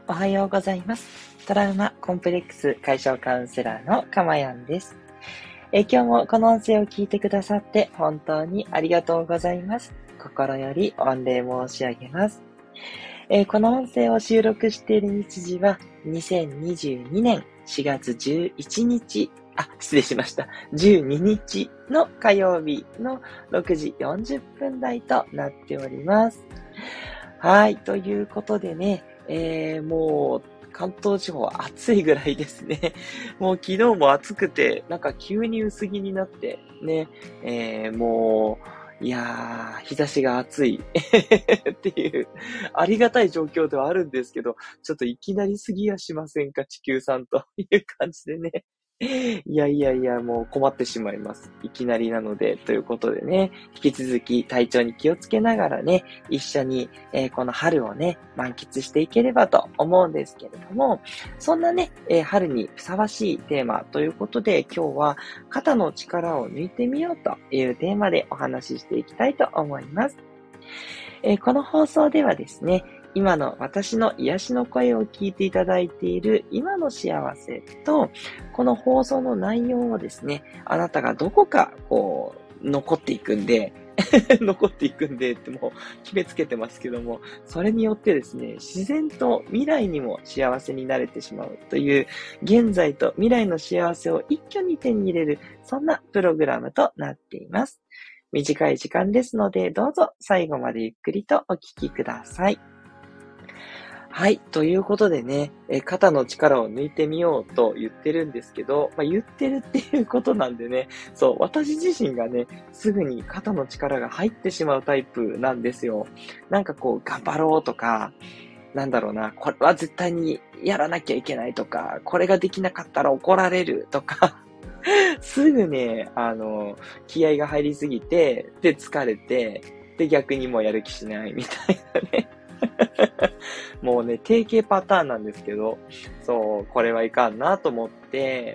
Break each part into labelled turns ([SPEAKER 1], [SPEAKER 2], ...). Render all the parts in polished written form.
[SPEAKER 1] おはようございます。トラウマコンプレックス解消カウンセラーのかまやんです。今日もこの音声を聞いてくださって本当にありがとうございます。心より御礼申し上げます。この音声を収録している日時は2022年4月11日、失礼しました。12日の火曜日の6時40分台となっております。はい、ということでね、もう関東地方は暑いぐらいですね。もう昨日も暑くて、なんか急に薄着になってね、もう、いやー、日差しが暑いっていう、ありがたい状況ではあるんですけど、ちょっといきなり過ぎやしませんか、地球さんという感じでね。いやいやいや、もう困ってしまいます。いきなりなので、ということでね、引き続き体調に気をつけながらね、一緒に、この春をね、満喫していければと思うんですけれども、そんなね、春にふさわしいテーマということで、今日は肩の力を抜いてみようというテーマでお話ししていきたいと思います。この放送ではですね、今の私の癒しの声を聞いていただいている今の幸せと、この放送の内容をですね、あなたがどこか残っていくんで、残っていくんでってもう決めつけてますけども、それによってですね、自然と未来にも幸せになれてしまうという、現在と未来の幸せを一挙に手に入れる、そんなプログラムとなっています。短い時間ですので、どうぞ最後までゆっくりとお聞きください。はい。ということでね、肩の力を抜いてみようと言ってるんですけど、言ってるっていうことなんでね、そう、私自身がね、すぐに肩の力が入ってしまうタイプなんですよ。なんか頑張ろうとか、なんだろうな、これは絶対にやらなきゃいけないとか、これができなかったら怒られるとか、すぐね、気合が入りすぎて、で、疲れて、で、逆にもうやる気しないみたいなね。もうね、定型パターンなんですけど、そう、これはいかんなと思って、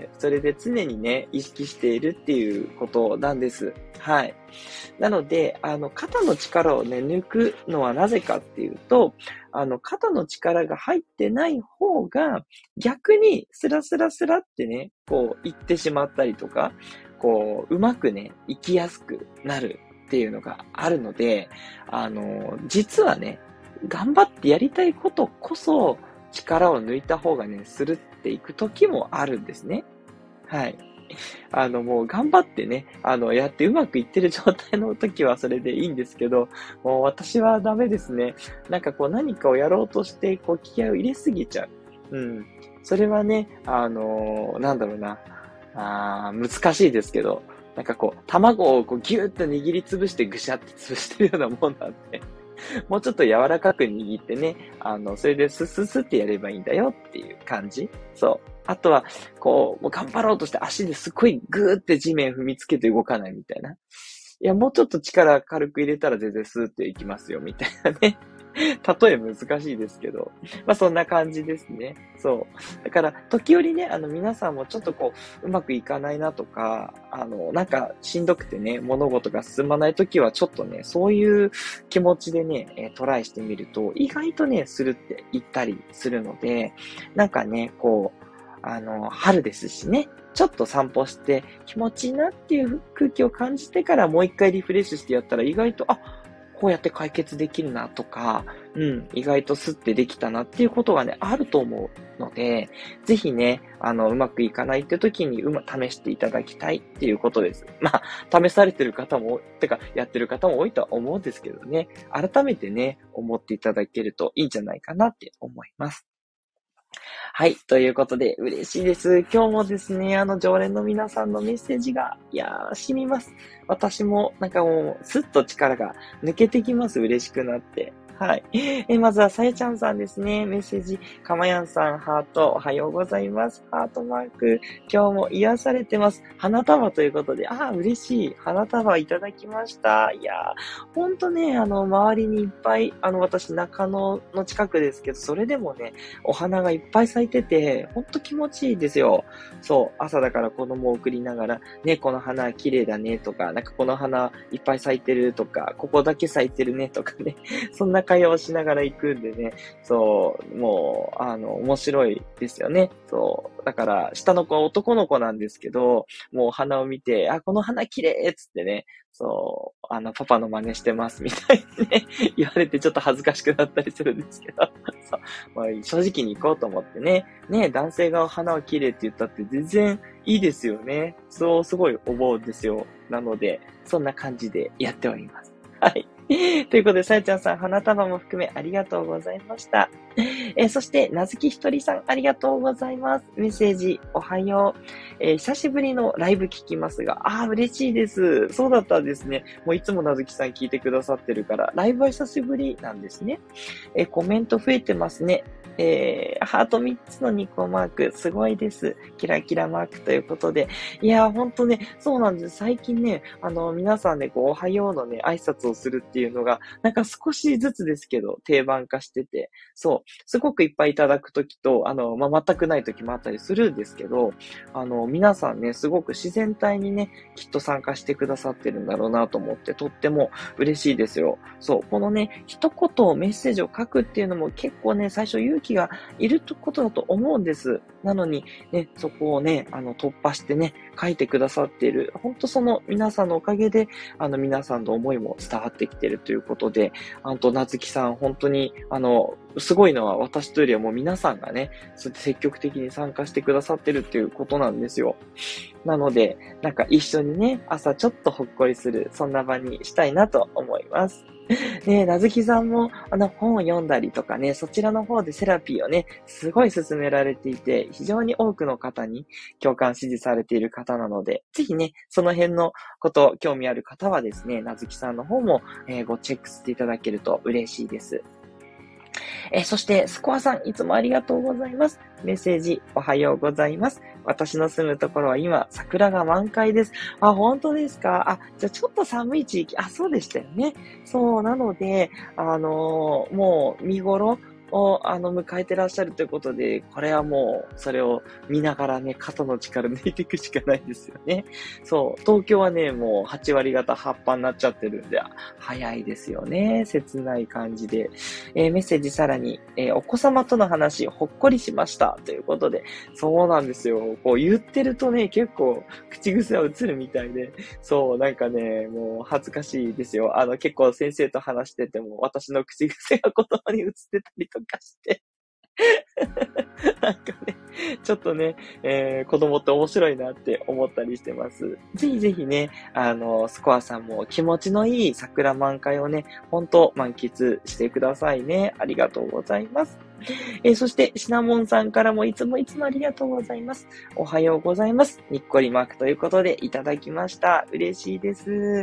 [SPEAKER 1] それで常にね、意識しているっていうことなんです。はい。なので、肩の力をね、抜くのはなぜかっていうと、肩の力が入ってない方が、逆にスラスラスラってね、行ってしまったりとか、うまくね、行きやすくなるっていうのがあるので、実はね、頑張ってやりたいことこそ力を抜いた方がね、するっていく時もあるんですね。はい。もう頑張ってね、やってうまくいってる状態の時はそれでいいんですけど、もう私はダメですね。なんか何かをやろうとして、気合を入れすぎちゃう。うん。それはね、なんだろうな。難しいですけど、なんか卵をギューッと握りつぶしてぐしゃって潰してるようなもんなんで。もうちょっと柔らかく握ってね、それでスッスッスッってやればいいんだよっていう感じ。そう。あとは、もう頑張ろうとして足ですっごいグーって地面踏みつけて動かないみたいな。いや、もうちょっと力軽く入れたら全然スーっていきますよ、みたいなね。例え難しいですけど。そんな感じですね。そう。だから、時折ね、皆さんもちょっとうまくいかないなとか、なんかしんどくてね、物事が進まないときはちょっとね、そういう気持ちでね、トライしてみると、意外とね、するって言ったりするので、なんかね、春ですしね、ちょっと散歩して気持ちいいなっていう空気を感じてからもう一回リフレッシュしてやったら意外と、こうやって解決できるなとか、意外とスッてできたなっていうことがね、あると思うので、ぜひね、うまくいかないって時に試していただきたいっていうことです。試されてる方も、やってる方も多いとは思うんですけどね、改めてね、思っていただけるといいんじゃないかなって思います。はい。ということで、嬉しいです。今日もですね、常連の皆さんのメッセージが、染みます。私も、なんかもう、スッと力が抜けてきます。嬉しくなって。はい。まずは、さやちゃんさんですね。メッセージ。かまやんさん、ハート、おはようございます。ハートマーク。今日も癒されてます。花束ということで、嬉しい。花束いただきました。ほんとね、周りにいっぱい、私、中野の近くですけど、それでもね、お花がいっぱい咲いてて、ほんと気持ちいいですよ。そう、朝だから子供を送りながら、ね、この花綺麗だねとか、なんかこの花いっぱい咲いてるとか、ここだけ咲いてるねとかね、そんな会話をしながら行くんでね、そう、もう、面白いですよね。そう。だから、下の子は男の子なんですけど、もう花を見て、あ、この花綺麗っつってね、そう、パパの真似してますみたいにね、言われてちょっと恥ずかしくなったりするんですけど、そう、まあ、正直に行こうと思ってね、男性が花を綺麗って言ったって全然いいですよね。そう、すごい思うんですよ。なので、そんな感じでやっております。はい。ということで、さやちゃんさん、花束も含めありがとうございました。そして、なずきひとりさん、ありがとうございます。メッセージ、おはよう。久しぶりのライブ聞きますが、嬉しいです。そうだったんですね。もういつもなずきさん聞いてくださってるから、ライブは久しぶりなんですね。コメント増えてますね。ハート3つのニコマーク、すごいです。キラキラマークということで。いやー、ほんとね、そうなんです。最近ね、皆さんね、おはようのね、挨拶をするっていうのが、なんか少しずつですけど、定番化してて、そう、すごくいっぱいいただくときと、全くないときもあったりするんですけど、皆さんね、すごく自然体にね、きっと参加してくださってるんだろうなと思って、とっても嬉しいですよ。そう、このね、一言メッセージを書くっていうのも結構ね、最初勇気がいることだと思うんです。なのに、ね、そこをね、突破してね、書いてくださっている。本当その皆さんのおかげで、皆さんの思いも伝わってきているということで、なずきさん、本当に、すごいのは私というよりはもう皆さんがね、そうやって積極的に参加してくださってるっていうことなんですよ。なので、なんか一緒にね、朝ちょっとほっこりする、そんな場にしたいなと思います。ね、なずきさんも、本を読んだりとかね、そちらの方でセラピーをね、すごい勧められていて、非常に多くの方に共感支持されている方なので、ぜひね、その辺のこと、興味ある方はですね、なずきさんの方も、ごチェックしていただけると嬉しいです。そして、スコアさん、いつもありがとうございます。メッセージ、おはようございます。私の住むところは今、桜が満開です。本当ですか？じゃあちょっと寒い地域、そうでしたよね。そう、なので、もう見頃を、迎えてらっしゃるということで、これはもう、それを見ながらね、肩の力抜いていくしかないですよね。そう、東京はね、もう8割方葉っぱになっちゃってるんで、早いですよね。切ない感じで。メッセージさらに、お子様との話、ほっこりしました。ということで、そうなんですよ。こう言ってるとね、結構口癖は映るみたいで、そう、なんかね、もう恥ずかしいですよ。結構先生と話してても、私の口癖が言葉に映ってたりとかして。なんかね、ちょっとね、子供って面白いなって思ったりしてます。ぜひぜひね、スコアさんも気持ちのいい桜満開をね、本当満喫してくださいね。ありがとうございます。そして、シナモンさんからもいつもいつもありがとうございます。おはようございます。にっこりマークということでいただきました。嬉しいです。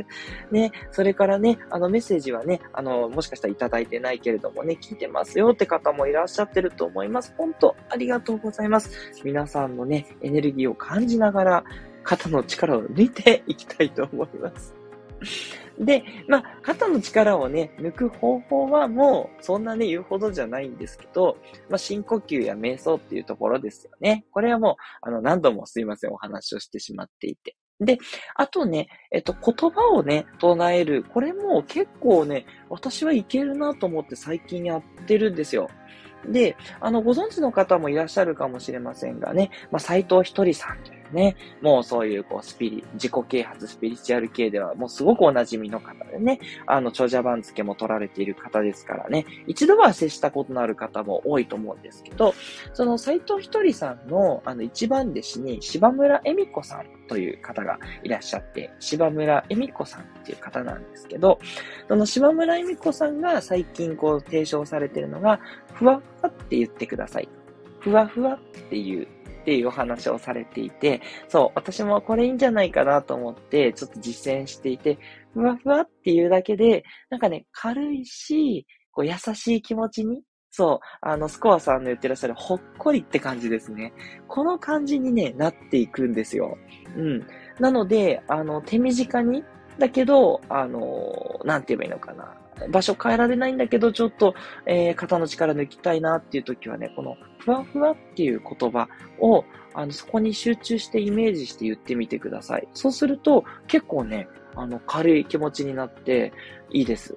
[SPEAKER 1] ね、それからね、メッセージはね、もしかしたらいただいてないけれどもね、聞いてますよって方もいらっしゃってると思います。本当ありがとうございます。皆さんのね、エネルギーを感じながら、肩の力を抜いていきたいと思います。で、肩の力をね、抜く方法はもう、そんなね、言うほどじゃないんですけど、深呼吸や瞑想っていうところですよね。これはもう、何度もすいません、お話をしてしまっていて。で、あとね、言葉をね、唱える。これも結構ね、私はいけるなと思って最近やってるんですよ。で、ご存知の方もいらっしゃるかもしれませんがね、斉藤ひとりさんというね、もうそういう自己啓発スピリチュアル系ではもうすごくお馴染みの方でね、長者番付も取られている方ですからね、一度は接したことのある方も多いと思うんですけど、その斉藤ひとりさんの一番弟子に柴村恵美子さんという方がいらっしゃって、柴村恵美子さんっていう方なんですけど、その柴村恵美子さんが最近提唱されているのが、ふわふわって言ってください。ふわふわっていうお話をされていて、そう、私もこれいいんじゃないかなと思って、ちょっと実践していて、ふわふわっていうだけで、なんかね、軽いし、優しい気持ちに、そう、スコアさんの言ってらっしゃるほっこりって感じですね。この感じにね、なっていくんですよ。うん。なので、手短に、だけど、なんて言えばいいのかな。場所変えられないんだけど、ちょっと、肩の力抜きたいなっていう時はね、このふわふわっていう言葉を、そこに集中してイメージして言ってみてください。そうすると、結構ね、軽い気持ちになっていいです。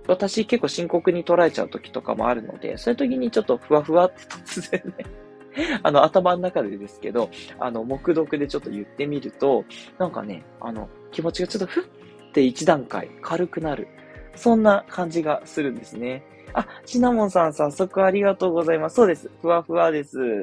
[SPEAKER 1] 私結構深刻に捉えちゃう時とかもあるので、そういう時にちょっとふわふわって突然ね、頭の中でですけど、黙読でちょっと言ってみると、なんかね、気持ちがちょっとふって一段階軽くなる。そんな感じがするんですね。あ、シナモンさん早速ありがとうございます。そうです。ふわふわです。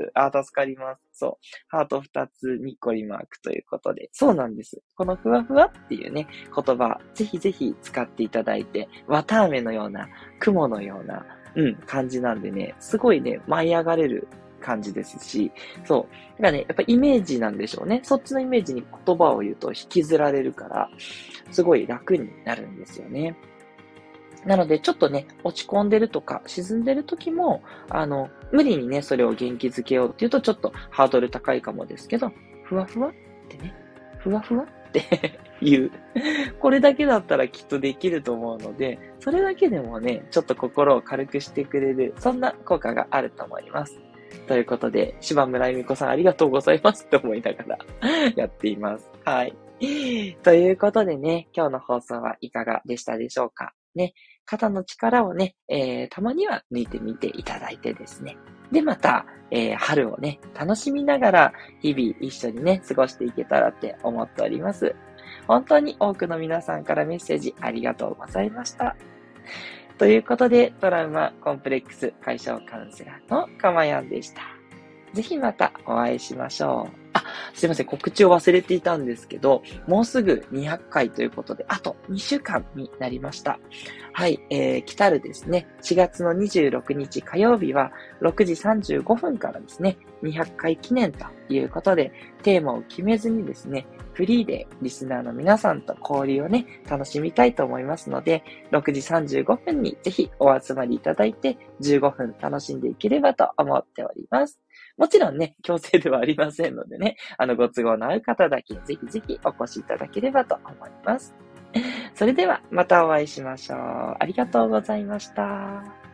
[SPEAKER 1] あ、助かります。そう。ハート2つにっこりマークということで。そうなんです。このふわふわっていうね、言葉、ぜひぜひ使っていただいて、綿飴のような、雲のような、感じなんでね、すごいね、舞い上がれる感じですし、そう。だからね、やっぱイメージなんでしょうね。そっちのイメージに言葉を言うと引きずられるから、すごい楽になるんですよね。なので、ちょっとね、落ち込んでるとか、沈んでる時も、無理にね、それを元気づけようっていうと、ちょっとハードル高いかもですけど、ふわふわってね、ふわふわっていう。これだけだったらきっとできると思うので、それだけでもね、ちょっと心を軽くしてくれる、そんな効果があると思います。ということで、柴村由美子さんありがとうございますって思いながらやっています。はい。ということでね、今日の放送はいかがでしたでしょうかね。肩の力をね、たまには抜いてみていただいてですね。で、また、春をね、楽しみながら、日々一緒にね、過ごしていけたらって思っております。本当に多くの皆さんからメッセージありがとうございました。ということで、トラウマコンプレックス解消カウンセラーのかまやんでした。ぜひまたお会いしましょう。あ、すいません。告知を忘れていたんですけど、もうすぐ200回ということで、あと2週間になりました。はい、来たるですね、4月の26日火曜日は6時35分からですね、200回記念ということで、テーマを決めずにですね、フリーでリスナーの皆さんと交流をね、楽しみたいと思いますので、6時35分にぜひお集まりいただいて、15分楽しんでいければと思っております。もちろんね、強制ではありませんのでね、ご都合の合う方だけぜひぜひお越しいただければと思います。それではまたお会いしましょう。ありがとうございました。